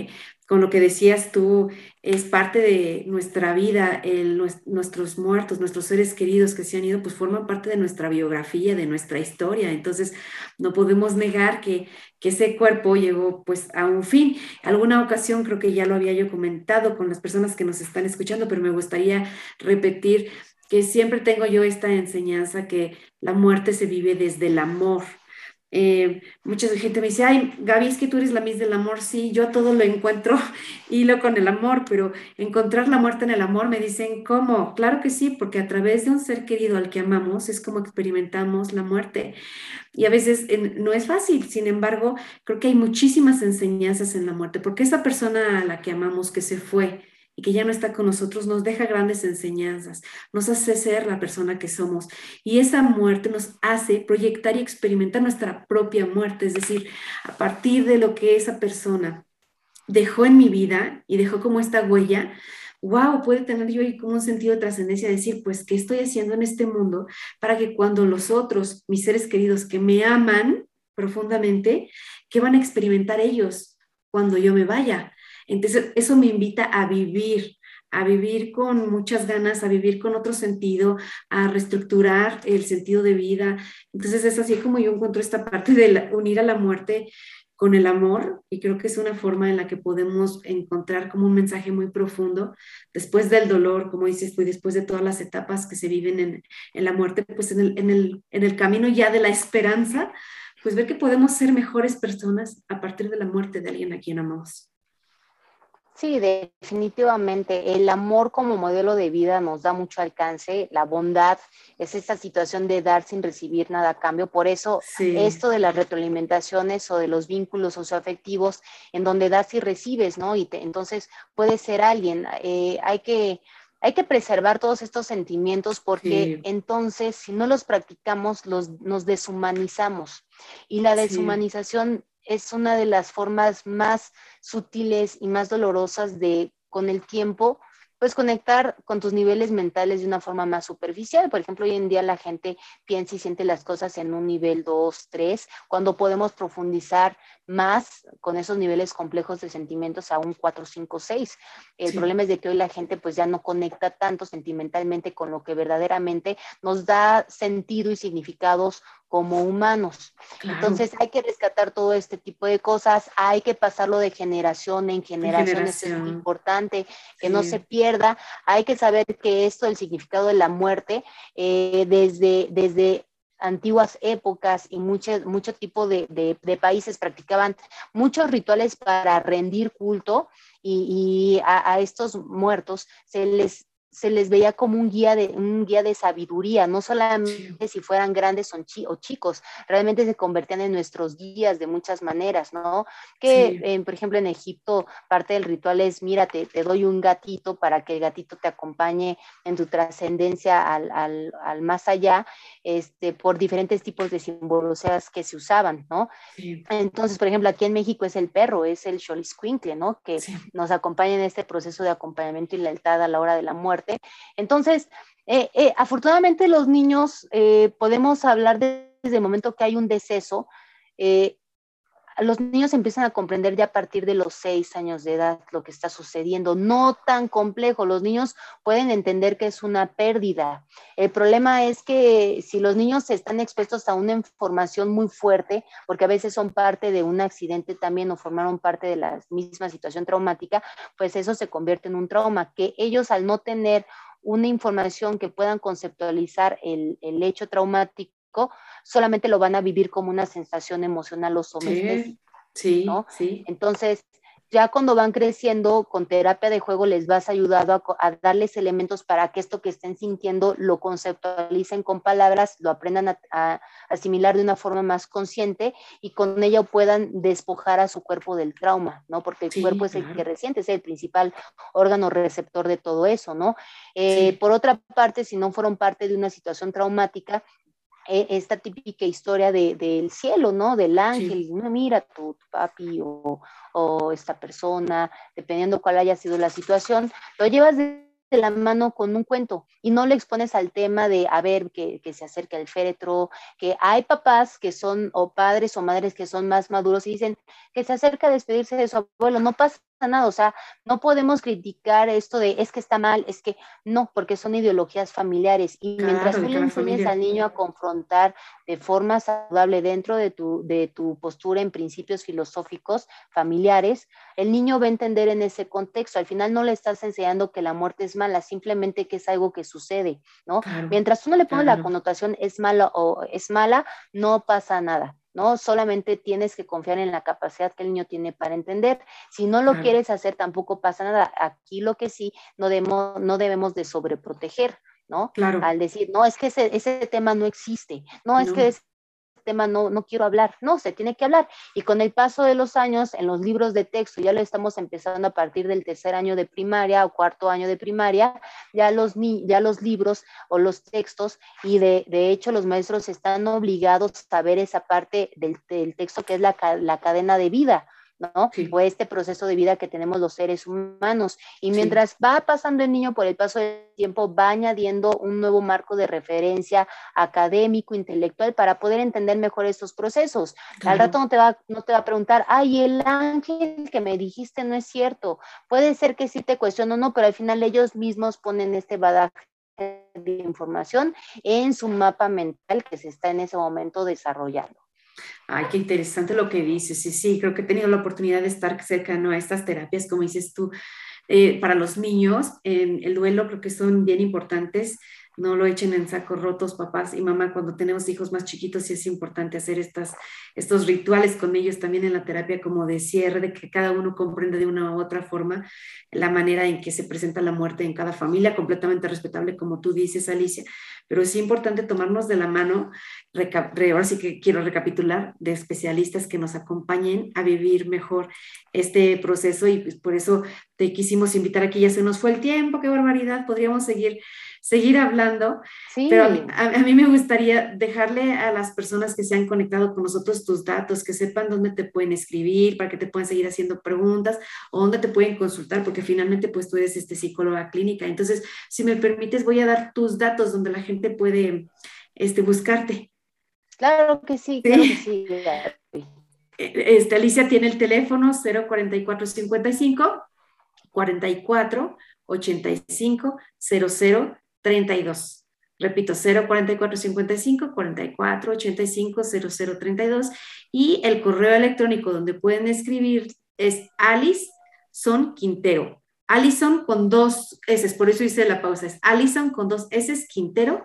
con lo que decías tú, es parte de nuestra vida, nuestros muertos, nuestros seres queridos que se han ido, pues forman parte de nuestra biografía, de nuestra historia. Entonces, no podemos negar que ese cuerpo llegó pues a un fin. Alguna ocasión creo que ya lo había yo comentado con las personas que nos están escuchando, pero me gustaría repetir que siempre tengo yo esta enseñanza que la muerte se vive desde el amor. Mucha gente me dice, ay, Gaby, es que tú eres la Miss del amor. Sí, yo todo lo encuentro hilo con el amor, pero encontrar la muerte en el amor me dicen, ¿cómo? Claro que sí, porque a través de un ser querido al que amamos es como experimentamos la muerte. Y a veces no es fácil, sin embargo, creo que hay muchísimas enseñanzas en la muerte, porque esa persona a la que amamos que se fue y que ya no está con nosotros nos deja grandes enseñanzas, nos hace ser la persona que somos. Y esa muerte nos hace proyectar y experimentar nuestra propia muerte, es decir, a partir de lo que esa persona dejó en mi vida y dejó como esta huella, wow, puede tener yo ahí como un sentido de trascendencia, decir, pues, ¿qué estoy haciendo en este mundo para que cuando los otros, mis seres queridos que me aman profundamente, qué van a experimentar ellos cuando yo me vaya? Entonces, eso me invita a vivir con muchas ganas, a vivir con otro sentido, a reestructurar el sentido de vida. Entonces, es así como yo encuentro esta parte de unir a la muerte con el amor, y creo que es una forma en la que podemos encontrar como un mensaje muy profundo después del dolor, como dices tú, y después de todas las etapas que se viven en la muerte, pues en el camino ya de la esperanza, pues ver que podemos ser mejores personas a partir de la muerte de alguien a quien amamos. Sí, definitivamente. El amor como modelo de vida nos da mucho alcance. La bondad es esa situación de dar sin recibir nada a cambio. Por eso, Sí, esto de las retroalimentaciones o de los vínculos socioafectivos en donde das y recibes, ¿no? Entonces, puede ser alguien. Hay que preservar todos estos sentimientos porque sí, entonces, si no los practicamos, nos deshumanizamos. Y la sí, deshumanización es una de las formas más sutiles y más dolorosas de, con el tiempo, pues conectar con tus niveles mentales de una forma más superficial. Por ejemplo, hoy en día la gente piensa y siente las cosas en un nivel 2, 3, cuando podemos profundizar más con esos niveles complejos de sentimientos a un 4, 5, 6. El sí, problema es de que hoy la gente pues ya no conecta tanto sentimentalmente con lo que verdaderamente nos da sentido y significados como humanos. claro, Entonces hay que rescatar todo este tipo de cosas, hay que pasarlo de generación en en generación, esto es muy generación, importante, que no se sí, pierda, hay que saber que esto, el significado de la muerte, desde antiguas épocas y mucho tipo de países practicaban muchos rituales para rendir culto y a estos muertos se les veía como un guía de sabiduría, no sí, solamente si fueran grandes o chicos, realmente se convertían en nuestros guías de muchas maneras, ¿no? Que, sí, por ejemplo, en Egipto, parte del ritual es, mira, te doy un gatito para que el gatito te acompañe en tu trascendencia al más allá, por diferentes tipos de simbologías que se usaban, ¿no? sí, Entonces, por ejemplo, aquí en México es el perro, es el xoloscuincle, ¿no? Que sí, nos acompaña en este proceso de acompañamiento y lealtad a la hora de la muerte. Entonces, afortunadamente los niños podemos hablar desde el momento que hay un deceso, eh, los niños empiezan a comprender ya a partir de los 6 años de edad lo que está sucediendo. No tan complejo, los niños pueden entender que es una pérdida. El problema es que si los niños están expuestos a una información muy fuerte, porque a veces son parte de un accidente también o formaron parte de la misma situación traumática, pues eso se convierte en un trauma, que ellos al no tener una información que puedan conceptualizar el hecho traumático, solamente lo van a vivir como una sensación emocional o sí, somestética, sí, ¿no? sí, Entonces, ya cuando van creciendo con terapia de juego les vas ayudando a darles elementos para que esto que estén sintiendo lo conceptualicen con palabras, lo aprendan a asimilar de una forma más consciente y con ello puedan despojar a su cuerpo del trauma, ¿no? Porque el cuerpo sí, es el que claro, resiente, es el principal órgano receptor de todo eso, ¿no? sí, Por otra parte, si no fueron parte de una situación traumática, esta típica historia del cielo, ¿no? Del sí, ángel, no, mira tu papi o esta persona, dependiendo cuál haya sido la situación, lo llevas de la mano con un cuento y no le expones al tema de, a ver, que se acerque al féretro, que hay papás que son, o padres o madres que son más maduros y dicen que se acerca a despedirse de su abuelo, no pasa nada, o sea, no podemos criticar esto de es que está mal, es que no, porque son ideologías familiares y mientras Claro, tú de le cada enseñes al familia. niño a confrontar de forma saludable dentro de tu postura en principios filosóficos familiares, el niño va a entender en ese contexto. Al final no le estás enseñando que la muerte es mala, simplemente que es algo que sucede, ¿no? Claro, Mientras tú no le pones la claro, connotación es malo o es mala, no pasa nada. ¿No? Solamente tienes que confiar en la capacidad que el niño tiene para entender. Si no lo claro, quieres hacer, tampoco pasa nada. Aquí lo que sí, no debemos de sobreproteger, ¿no? claro. Al decir, no, es que ese tema no existe, no, es que No, ese tema no quiero hablar, no, se tiene que hablar. Y con el paso de los años, en los libros de texto, ya lo estamos empezando a partir del tercer año de primaria o cuarto año de primaria, ya los libros o los textos, y de hecho los maestros están obligados a ver esa parte del texto que es la cadena de vida, ¿no? O sí, este proceso de vida que tenemos los seres humanos. Y sí, mientras va pasando el niño por el paso del tiempo, va añadiendo un nuevo marco de referencia académico, intelectual, para poder entender mejor estos procesos. Al rato claro. no te va a preguntar, ay, el ángel que me dijiste no es cierto. Puede ser que sí te cuestiono, no, pero al final ellos mismos ponen este badaje de información en su mapa mental que se está en ese momento desarrollando. Ay, qué interesante lo que dices. Sí, sí, creo que he tenido la oportunidad de estar cercano a estas terapias, como dices tú, para los niños. En el duelo creo que son bien importantes. No lo echen en sacos rotos, papás y mamá. Cuando tenemos hijos más chiquitos, sí es importante hacer estos rituales con ellos también en la terapia, como de cierre, de que cada uno comprenda de una u otra forma la manera en que se presenta la muerte en cada familia, completamente respetable, como tú dices, Alicia. Pero es importante tomarnos de la mano, ahora sí que quiero recapitular, de especialistas que nos acompañen a vivir mejor este proceso, y pues por eso te quisimos invitar aquí. Ya se nos fue el tiempo, qué barbaridad, podríamos seguir hablando, pero Sí, a mí me gustaría dejarle a las personas que se han conectado con nosotros tus datos, que sepan dónde te pueden escribir, para que te puedan seguir haciendo preguntas, o dónde te pueden consultar, porque finalmente pues tú eres psicóloga clínica. Entonces, si me permites, voy a dar tus datos donde la gente puede buscarte. claro que ¿Sí? sí, Gaby. Alicia tiene el teléfono 04455 44 85 00 32. Repito, 04455 44 85 00 32. Y el correo electrónico donde pueden escribir es Alison Quintero. Alison con dos S, por eso hice la pausa, es Alison con dos S Quintero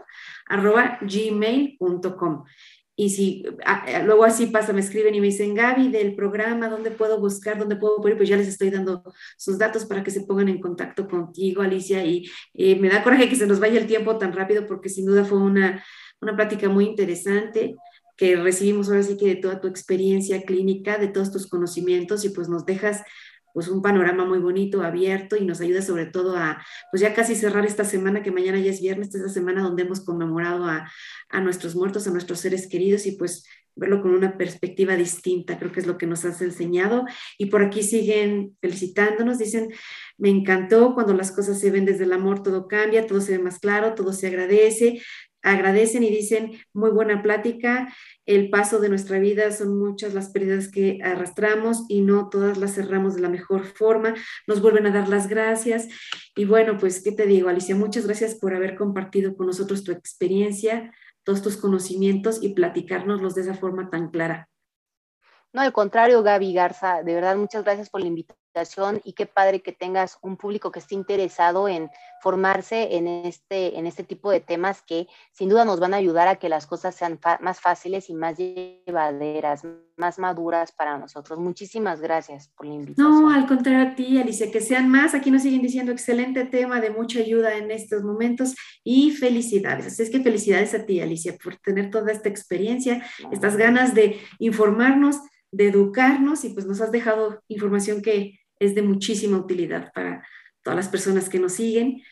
@gmail.com. Y si luego así pasa, me escriben y me dicen, Gaby, del programa, ¿dónde puedo buscar? ¿Dónde puedo poner? Pues ya les estoy dando sus datos para que se pongan en contacto contigo, Alicia. Y me da coraje que se nos vaya el tiempo tan rápido, porque sin duda fue una plática muy interesante, que recibimos ahora sí que de toda tu experiencia clínica, de todos tus conocimientos, y pues nos dejas pues un panorama muy bonito, abierto, y nos ayuda sobre todo a pues ya casi cerrar esta semana, que mañana ya es viernes, esta semana donde hemos conmemorado a nuestros muertos, a nuestros seres queridos, y pues verlo con una perspectiva distinta, creo que es lo que nos has enseñado. Y por aquí siguen felicitándonos, dicen, me encantó cuando las cosas se ven desde el amor, todo cambia, todo se ve más claro, todo se agradece. Agradecen y dicen, muy buena plática, el paso de nuestra vida, son muchas las pérdidas que arrastramos y no todas las cerramos de la mejor forma, nos vuelven a dar las gracias. Y bueno, pues, ¿qué te digo, Alicia? Muchas gracias por haber compartido con nosotros tu experiencia, todos tus conocimientos, y platicárnoslos de esa forma tan clara. No, al contrario, Gaby Garza, de verdad, muchas gracias por la invitación y qué padre que tengas un público que esté interesado en formarse en este tipo de temas que sin duda nos van a ayudar a que las cosas sean más fáciles y más llevaderas, más maduras para nosotros. Muchísimas gracias por la No, invitación. al contrario a ti, Alicia, que sean más. Aquí nos siguen diciendo excelente tema, de mucha ayuda en estos momentos, y felicidades. Así es que felicidades a ti, Alicia, por tener toda esta experiencia, estas ganas de informarnos, de educarnos, y pues nos has dejado información que es de muchísima utilidad para todas las personas que nos siguen.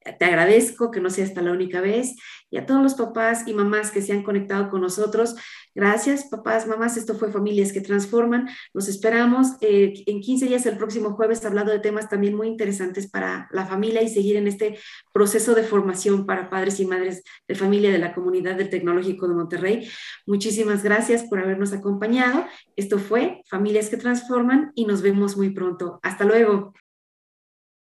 Te agradezco que no sea esta la única vez. Y a todos los papás y mamás que se han conectado con nosotros, gracias, papás, mamás. Esto fue Familias que Transforman. Nos esperamos en 15 días, el próximo jueves, hablando de temas también muy interesantes para la familia y seguir en este proceso de formación para padres y madres de familia de la comunidad del Tecnológico de Monterrey. Muchísimas gracias por habernos acompañado. Esto fue Familias que Transforman y nos vemos muy pronto. Hasta luego.